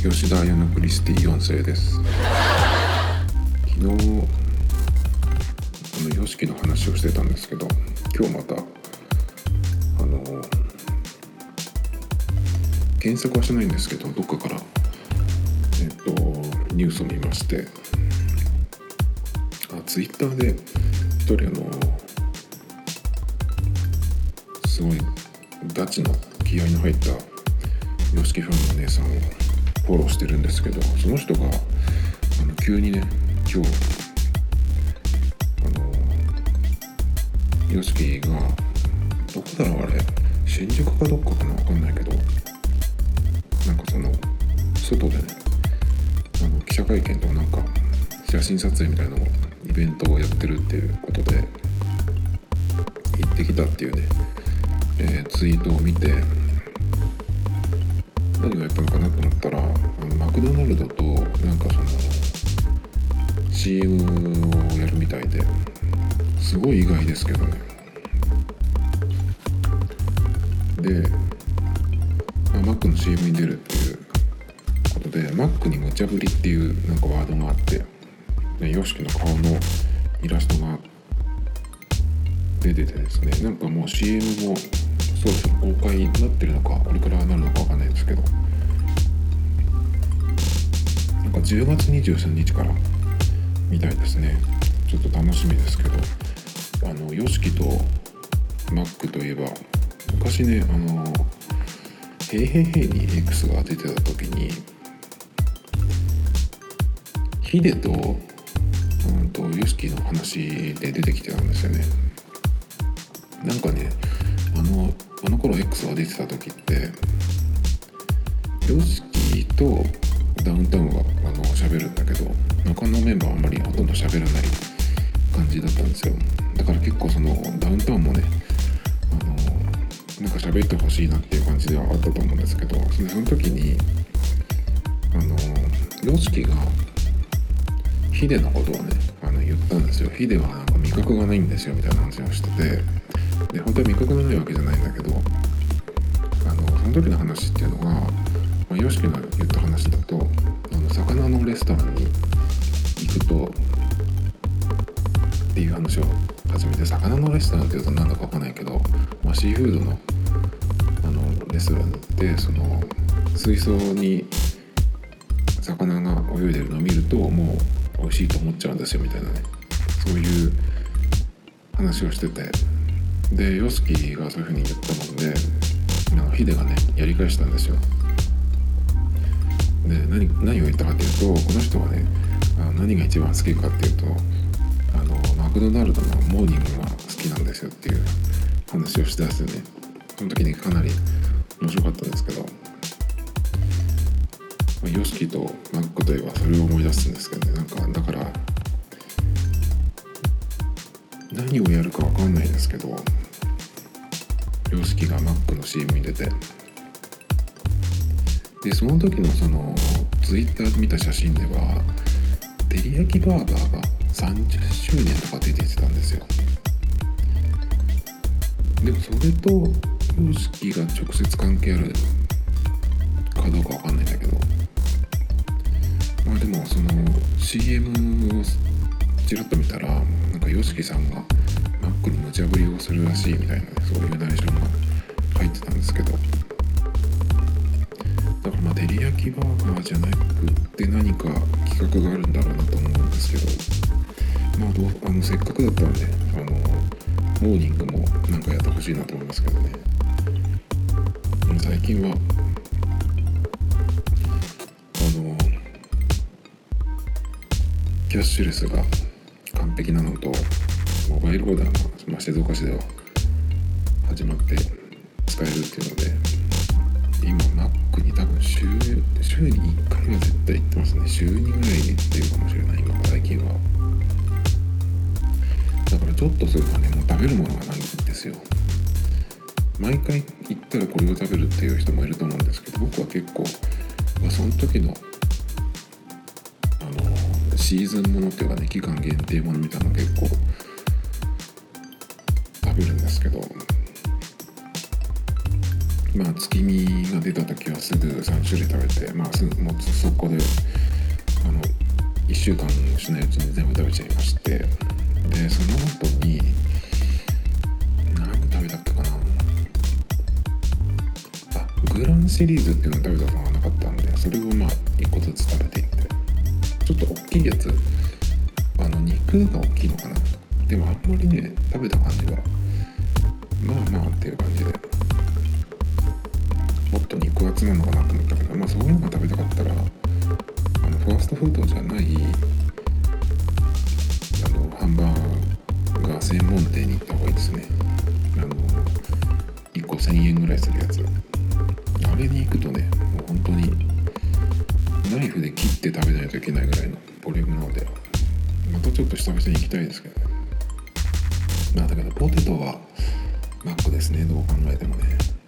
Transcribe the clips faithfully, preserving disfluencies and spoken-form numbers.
吉田彩乃クリスティよん世です。昨日あの ヨシキの話をしてたんですけど、今日またあの検索はしないんですけど、どっかからえっとニュースを見まして、あツイッターで一人あのすごいガチの気合いの入ったヨシキファンの姉さんをフォローしてるんですけど、その人があの急にね、今日あのヨシキがどこだろう、あれ新宿かどっかかな、わかんないけど、なんかその外でね、あの記者会見となんか写真撮影みたいなのをイベントをやってるっていうことで行ってきたっていうね、えー、ツイートを見て、何をやったのかなと思ったら、あのマクドナルドとなんかその シーエム をやるみたいで、すごい意外ですけどね。で、まあ、マックの シーエム に出るっていうことで、マックに無茶ぶりっていうなんかワードがあって、ヨシキの顔のイラストが出ててですね、なんかもう シーエム もそろそろ公開になってるのか、これからなるのかわかんないですけど、なんかじゅうがつにじゅうさんにちからみたいですね。ちょっと楽しみですけど、あのヨシキとマックといえば、昔ね、あのヘイヘイヘイに X が出てた時にヒデとうんとヨシキの話で出てきてたんですよね。なんかね、あのあの頃 X が出てた時ってヨシキとダウンタウンがあの喋るんだけど、他のメンバーはあんまりほとんど喋らない感じだったんですよ。だから結構そのダウンタウンもね、あのなんか喋ってほしいなっていう感じではあったと思うんですけど、その時にあのヨシキがヒデのことをね、あの言ったんですよ。ヒデはなんか味覚がないんですよみたいな話をしてて、で本当は味覚がないわけじゃないんだけど、あのその時の話っていうのが、まあ、ヨシキの言った話だと、あの魚のレストランに行くとっていう話を始めて、魚のレストランっていうと何だか分かんないけど、まあ、シーフードのあのレストランに行って、その水槽に魚が泳いでるのを見るともう美味しいと思っちゃうんですよみたいなね、そういう話をしてて、でヨシキがそういう風に言ったので、あのヒデがねやり返したんですよ。で 何, 何を言ったかっていうと、この人はね、あの何が一番好きかっていうと、あのマクドナルドのモーニングが好きなんですよっていう話をしてたんですよね。その時にかなり面白かったんですけど、ヨシキとマックといえばそれを思い出すんですけどね。なんかだから何をやるか分かんないですけど、ヨシキがマックの シーエム に出て、でその時のそのツイッターで見た写真では照り焼きバーガーがさんじゅっしゅうねんとか出てきてたんですよ。でもそれとヨシキが直接関係あるかどうか分かんないんだけど、まあでもその シーエム をちらっと見たら、なんかヨシキさんがマックに無茶ぶりをするらしいみたいな、そういう内容が入ってたんですけど、だからまあ照り焼きバーガーじゃなくって何か企画があるんだろうなと思うんですけど、まあどうあのせっかくだったらね、あのモーニングもなんかやってほしいなと思いますけどね。最近はあのキャッシュレスが完璧なのと、モバイルオーダーが、まあ、静岡市では始まって使えるっていうので、今マックに多分週週にいっかいは絶対行ってますね。週にぐらいに行ってるかもしれない、今最近は。だからちょっとするとね、もう食べるものがないんですよ。毎回行ったらこれを食べるっていう人もいると思うんですけど、僕は結構、まあ、その時のあのシーズンものっていうかね、期間限定ものみたいなの結構食べるんですけど、 まあ月見が出た時はすぐさん種類食べて、まあすぐもうそこであのいっしゅうかんしないうちに全部食べちゃいまして、でその後に何食べたっけかなあグランシリーズっていうのを食べたことがなかったんで、それをまあいっこずつ食べていって、ちょっと大きいやつ、あの肉が大きいのかな、でもあんまりね食べた感じがまあまあっていう感じで、もっと肉厚なのかなと思ったけど、まあそういうのが食べたかったらあのファーストフードじゃないあのハンバーガー専門店に行った方がいいですね。あのいっこせんえんぐらいするやつ、あれに行くとねもう本当にナイフで切って食べないといけないぐらいのボリュームなので、またちょっと久々に行きたいですけどね。まあだけどポテトはマックですね、どう考えてもね。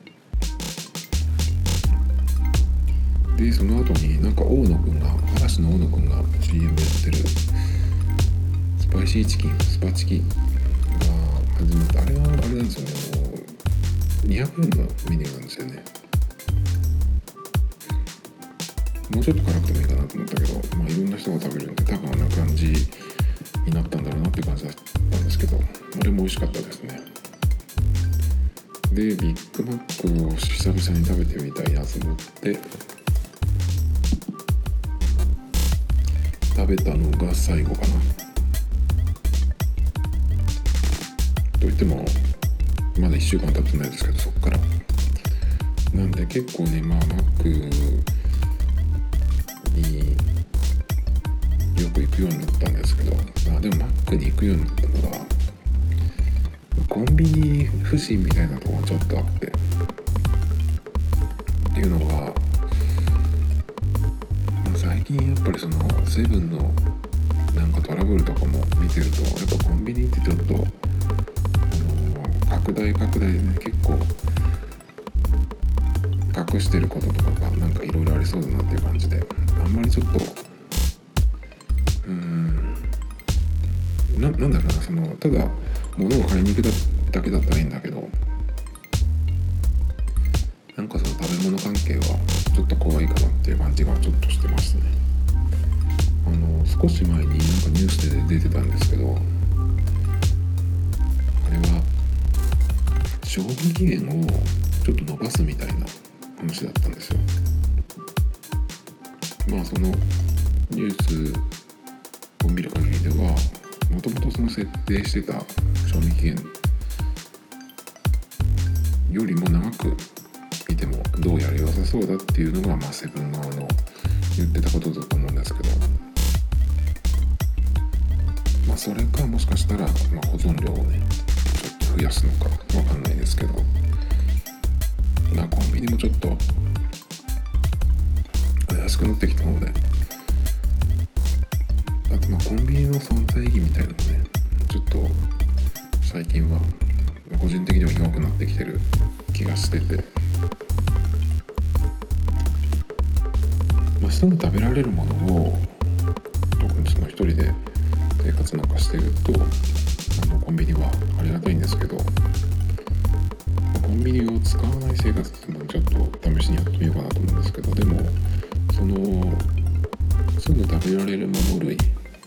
でその後になんか大野くんが嵐の大野くんが シーエム やってるスパイシーチキンスパチキが始まって、あれはあれなんですよね、もうにひゃくえんのメニューなんですよね。もうちょっと辛くてもいいかなと思ったけど、まあいろんな人が食べるんで多分あんな感じになったんだろうなっていう感じだったんですけど、あれも美味しかったですね。でビッグマックを久々に食べてみたいなと思って食べたのが最後かな。といってもまだいっしゅうかん経ってないですけど、そっからなんで結構ね、まあマックによく行くようになったんですけど、まあでもマックに行くようになったのがコンビニ不振みたいなところがちょっとあって、っていうのは、まあ、最近やっぱりそのセブンのなんかトラブルとかも見てると、やっぱコンビニってちょっとあの拡大拡大でね、結構隠してることとかがなんかいろいろありそうだなっていう感じで、あんまりちょっとうーんな, なんだろうなそのただ物を買いに行くだけだったらいいんだけど、なんかその食べ物関係はちょっと怖いかなっていう感じがちょっとしてますね。あの少し前になんかニュースで出てたんですけど、あれは賞味期限をちょっと伸ばすみたいな話だったんですよ。まあそのニュースを見る限りでは、もともとその設定してた賞味期限よりも長く見てもどうやら良さそうだっていうのが、まあセブン側の言ってたことだと思うんですけど、まあそれかもしかしたら、まあ、保存量をねちょっと増やすのかわかんないですけど、まあコンビニもちょっと怪しくなってきたので、あとまあコンビニの存在意義みたいなのもねちょっと最近は個人的には弱くなってきてる気がしてて、まあ、すぐ食べられるものを特にその一人で生活なんかしてるとあのコンビニはありがたいんですけど、コンビニを使わない生活っていうのをちょっと試しにやってみようかなと思うんですけど、でもそのすぐ食べられるもの類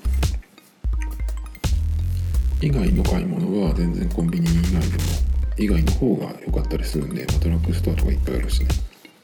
以外の買い物は全然コンビニ以外でも以外の方が良かったりするんで、まあ、ドラッグストアとかいっぱいあるしね、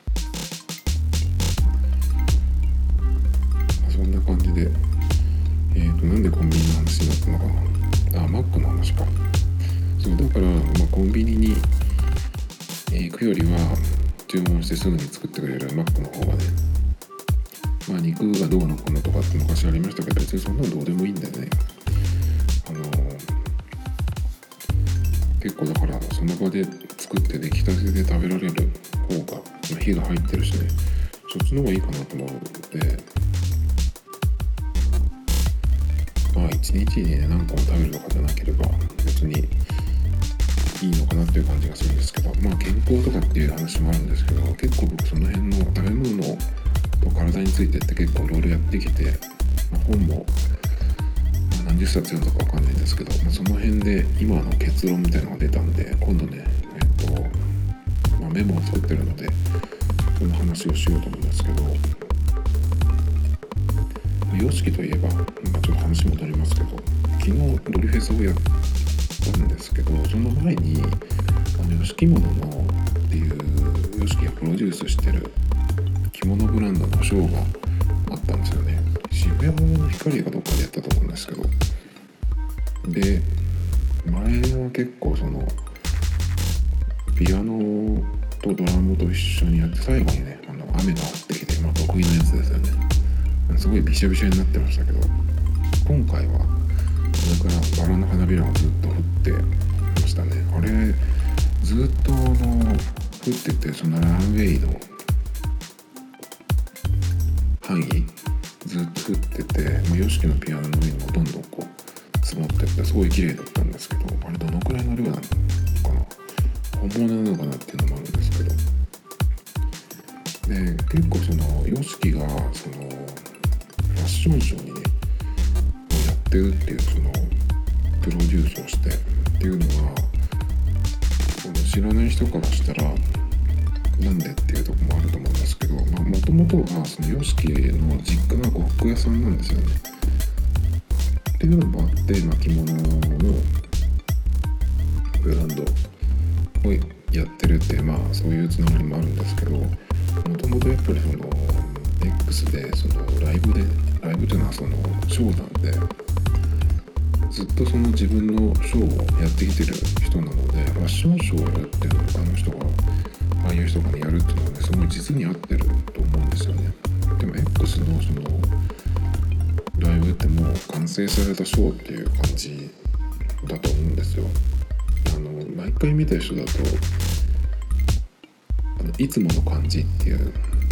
まあ、そんな感じでえーとなんでコンビニの話になったのかなあ、マックの話か。そうだから、まあ、コンビニに、えー行くよりは注文してすぐに作ってくれるマックの方がね、まあ肉がどうのこうのとかって昔ありましたけど、別にそんなのどうでもいいんだよね。あのー、結構だからその場で作って出来たてで食べられる方が、まあ、火が入ってるしね、そっちの方がいいかなと思うので、まあ一日にね何個も食べるとかじゃなければ別にいいのかなっていう感じがするんですけど、まあ健康とかっていう話もあるんですけど、結構僕その辺の食べ物と体についてって結構いろいろやってきて、まあ、本も何十冊読んだかわかんないんですけど、まあ、その辺で今の結論みたいなのが出たんで、今度ねえっと、まあ、メメモを作ってるのでその話をしようと思うんですけど、ヨシキといえば、まあ、ちょっと話戻りますけど、昨日ドリフェスをやったんですけど、その前にあのヨシキモノのっていうヨシキがプロデュースしてる着物ブランドのショーがあったんですよね。渋谷の光がどっかでやったと思うんですけど、で前は結構そのピアノとドラムと一緒にやって、最後にねあの雨が降ってきて、まあ、得意なやつですよね。すごいびしゃびしゃになってましたけど、今回はそれからバラの花びらがずっと降ってましたね。あれずっとあの降ってて、そのランウェイの範囲ずっと降ってて、まあ、ヨシキのピアノの上にもどんどんこう積もってってすごい綺麗だったんですけど、あれどのくらいの量なのかな、本物なのかなっていうのもあるんですけど、で結構そのヨシキがそのファッションショーにねやってるっていう、そのプロデュースをしてっていうのはその知らない人からしたらなんでっていうところもあると思うんですけど、もともとはそのヨシキの実家が呉服屋さんなんですよね。っていうのもあって、まあ、着物のブランドをやってるって、まあそういうつながりもあるんですけど、もともとやっぱりその X でそのライブでライブというのはそのショーなんで、ずっとその自分のショーをやってきてる人なので、ファッションショーをやるっていうのを他の人がああいう人がねやるっていうのはねすごい実に合ってると思うんですよね。でも X のそのライブってもう完成されたショーっていう感じだと思うんですよ。あの毎回見た人だとあのいつもの感じっていう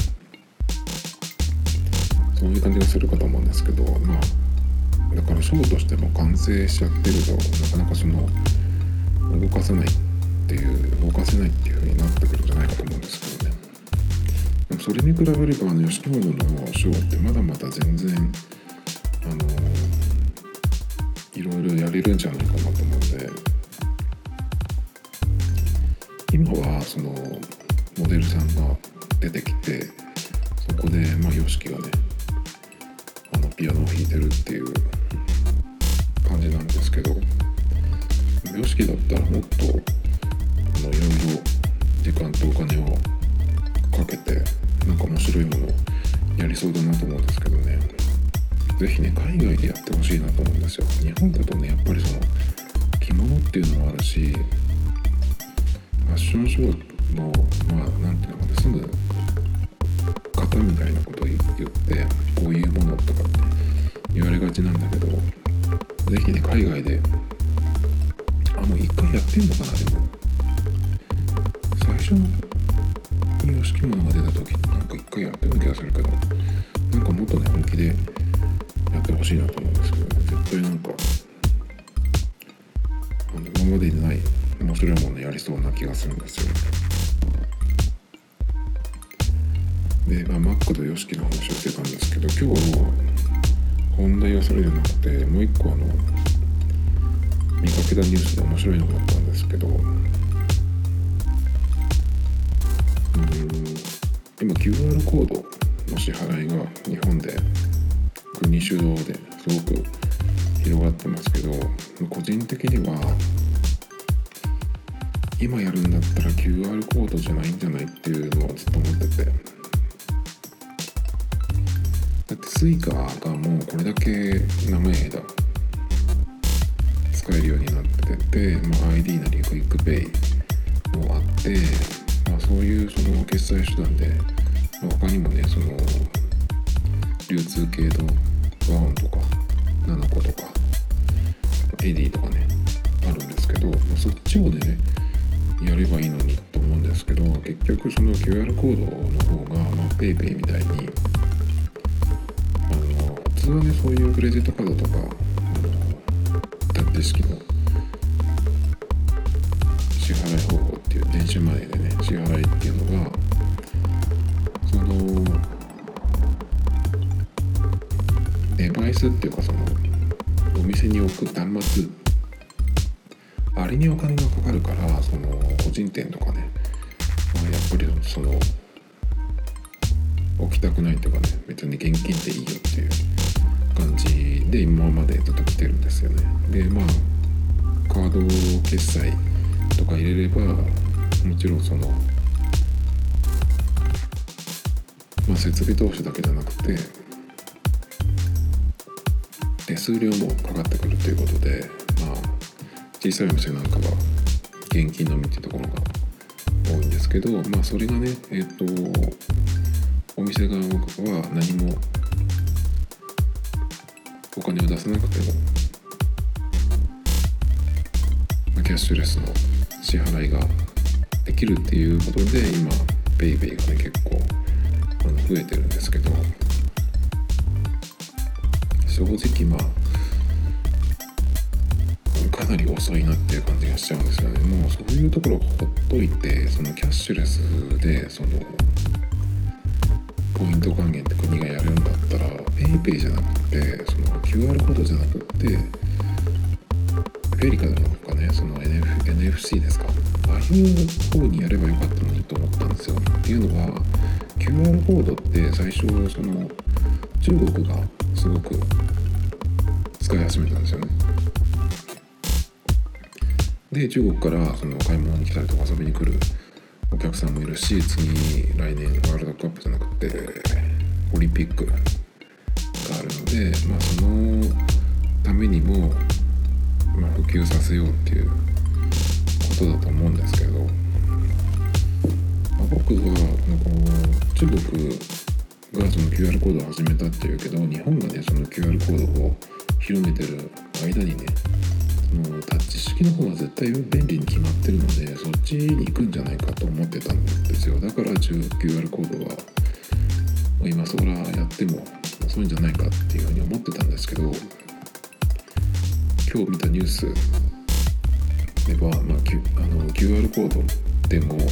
そういう感じがするかと思うんですけど、まあだからショーとしても完成しちゃってるとなかなかその動かせないっていう動かせないっていう風になってくるんじゃないかと思うんですけどね。でもそれに比べればあのヨシキモノのショーってまだまだ全然あのいろいろやれるんじゃないかなと思うんで、今はそのモデルさんが出てきて、そこでまあヨシキがねあのピアノを弾いてるっていう感じなんですけど、ヨシキだったらもっとあのいろいろ時間とお金をかけてなんか面白いものをやりそうだなと思うんですけどね。ぜひね海外でやってほしいなと思うんですよ。日本だとねやっぱりその着物っていうのもあるし、ファッションショーのまあなんていうのかな、すぐ型みたいなことを言ってこういうものとかって言われがちなんだけど、ぜひね海外であもう一回やってんのかな。でも最初のヨシキモノが出た時なんか一回やってる気がするけど、なんかもっとね本気でやってほしいなと思うんですけどね。絶対なんかあの今までにない面白いものやりそうな気がするんですよ。で、まあ、マックとヨシキの話をしてたんですけど、今日の本題はそれじゃなくてもう一個あの見かけたニュースで面白いのがあったんですけど、うーん今 キューアール コードの支払いが日本で国主導ですごく広がってますけど、個人的には今やるんだったら キューアール コードじゃないんじゃないっていうのはずっと思ってて、だってスイカがもうこれだけ長い間使えるようになってて、まあ、アイディー なりクイックペイもあって、まあ、そういうその決済手段で、まあ、他にもねその流通系のワオンとかナナコとかエディとかねあるんですけど、まあ、そっちをねやればいいのにと思うんですけど、結局その キューアール コードの方が、まあ、ペイペイみたいにあの普通はねそういうクレジットカードとかあのタッチ式の支払い方法っていう電子マネーでね支払いっていうのがそのデバイスっていうかそのお店に置く端末あれにお金がかかるから、その個人店とかねああいやっぱりその置きたくないというかね、別に現金でいいよっていう感じで今までずっと来てるんですよね。でまあカード決済とか入れればもちろんその、まあ、設備投資だけじゃなくて手数料もかかってくるということで、まあ小さいお店なんかは現金のみっていうところが多いんですけど、まあそれがねえっとお店側は何もお金を出さなくてもキャッシュレスの支払いができるっていうことで今ペイペイがね結構増えてるんですけど、正直まあかなり遅いなっていう感じがしちゃうんですよね。もうそういうところをほっといて、そのキャッシュレスでそのポイント還元って国がやるんだったらペイペイじゃなくてその キューアール コードじゃなくってフェリカルのかね、その エヌエフ、エヌエフシー ですか、ああいう方にやればよかったのにと思ったんですよ。っていうのは キューアール コードって最初その中国がすごく使い始めたんですよね。で中国からその買い物に来たりとか遊びに来るお客さんもいるし、次来年ワールドカップじゃなくてオリンピックがあるので、まあ、そのためにも、まあ、普及させようっていうことだと思うんですけど、まあ、僕はこの中国がその キューアール コードを始めたっていうけど、日本がねその キューアール コードを広めてる間にね、そのタッチ式の方が絶対便利に決まってるので、そっちに行くんじゃないかと思ってたんですよ。だから キューアール コードは今そらやっても遅いんじゃないかっていうふうに思ってたんですけど、今日見たニュースでは、まあ、キュあの キューアール コードでも、うん、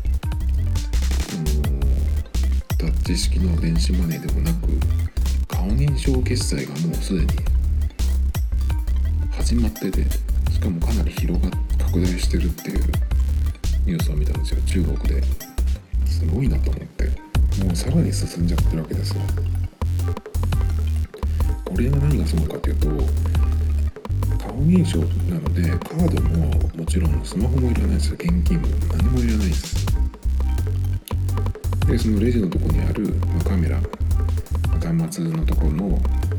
タッチ式の電子マネーでもなく顔認証決済がもうすでに始まってて、しかもかなり広が拡大してるっていうニュースを見たんですよ、中国で。すごいなと思って、もうさらに進んじゃってるわけですよ。これが何がすごいかというと、顔認証なのでカードももちろんスマホもいらないですよ、現金も何もいらないです。でそのレジのところにある、まあ、カメラ端末のところの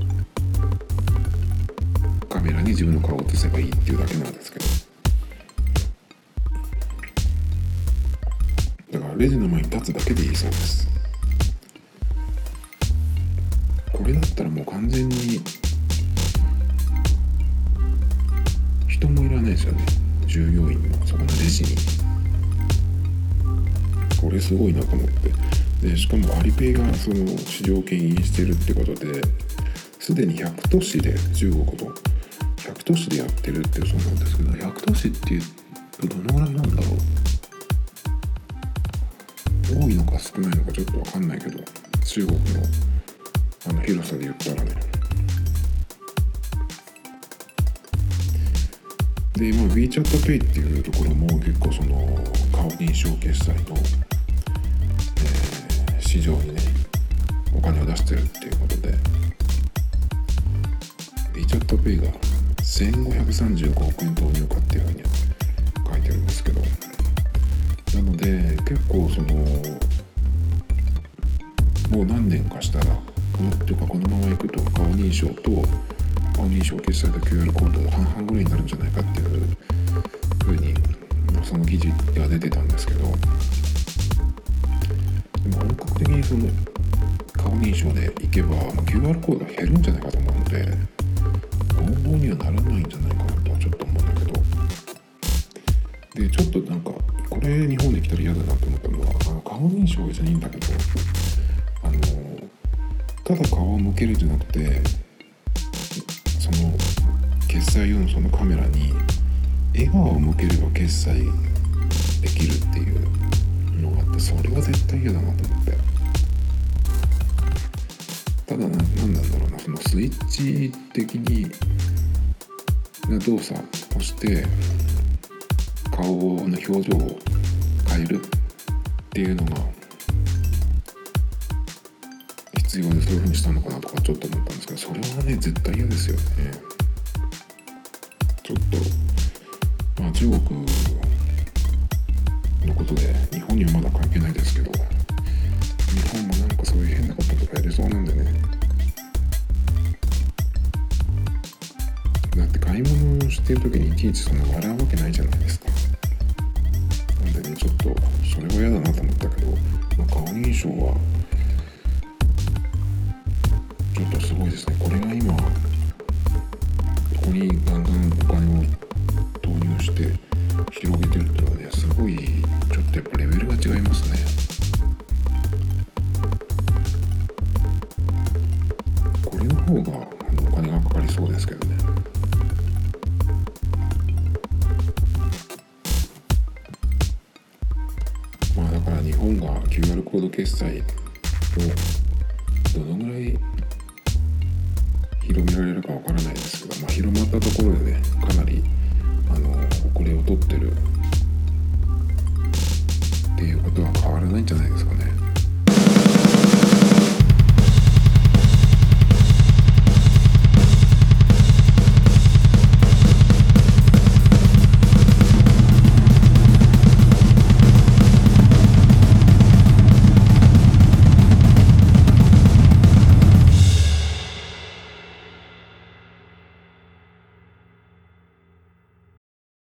カメラに自分の顔を映せばいいっていうだけなんですけど、だからレジの前に立つだけでいいそうです。これだったらもう完全に人もいらないですよね、従業員もそこのレジに。これすごいなと思って、でしかもアリペイがその市場を牽引してるってことで、すでにひゃく都市で中国のひゃく都市でやってるってそうなんですけど、ひゃく都市っていうとどのぐらいなんだろう、多いのか少ないのかちょっと分かんないけど、中国のあの広さで言ったらね。で、まあ、WeChatPay っていうところも結構その顔認証決済の、えー、市場にねお金を出してるっていうことで、 WeChatPay がせんごひゃくさんじゅうごおくえん投入かっていうふうに書いてるんですけど、なので結構そのもう何年かしたらこのというかこのままいくと顔認証と顔認証決済と キューアール コード半々ぐらいになるんじゃないかっていうふうにその記事が出てたんですけど、でも本格的にその顔認証でいけば キューアール コードが減るんじゃないかと思うので、合法にはならないんじゃないかなとはちょっと思うんだけど、でちょっとなんかこれ日本で来たら嫌だなと思ったのは、あの顔認証じゃいいんだけど、あのただ顔を向けるんじゃなくて、その決済用のそのカメラに笑顔を向ければ決済できるっていうのがあって、それは絶対嫌だなと思って。ただな、なんなんだろうな、そのスイッチ的にな動作をして顔の表情を変えるっっていうのが必要で、そういう風にしたのかなとかちょっと思ったんですけど、それはね絶対嫌ですよね。ちょっとまあ中国のことで日本にはまだ関係ないですけど、日本もなんかそういう変なこととかやりそうなんでね。だって買い物してる時にいちいちそんな笑うわけないじゃないですか。なんでねちょっとそれは嫌だなと思ったけど、まあ、顔認証はちょっとすごいですね。これが今ここにガンガンお金を投入して広げてるっていうのはね、すごいちょっとやっぱレベルが違いますね。これの方がお金がかかりそうですけどね。まあだから日本が キューアール コード決済をどのぐらい広められるかわからないですけど、まあ、広まったところでねかなりあの遅れを取ってるっていうことは変わらないんじゃないですかね。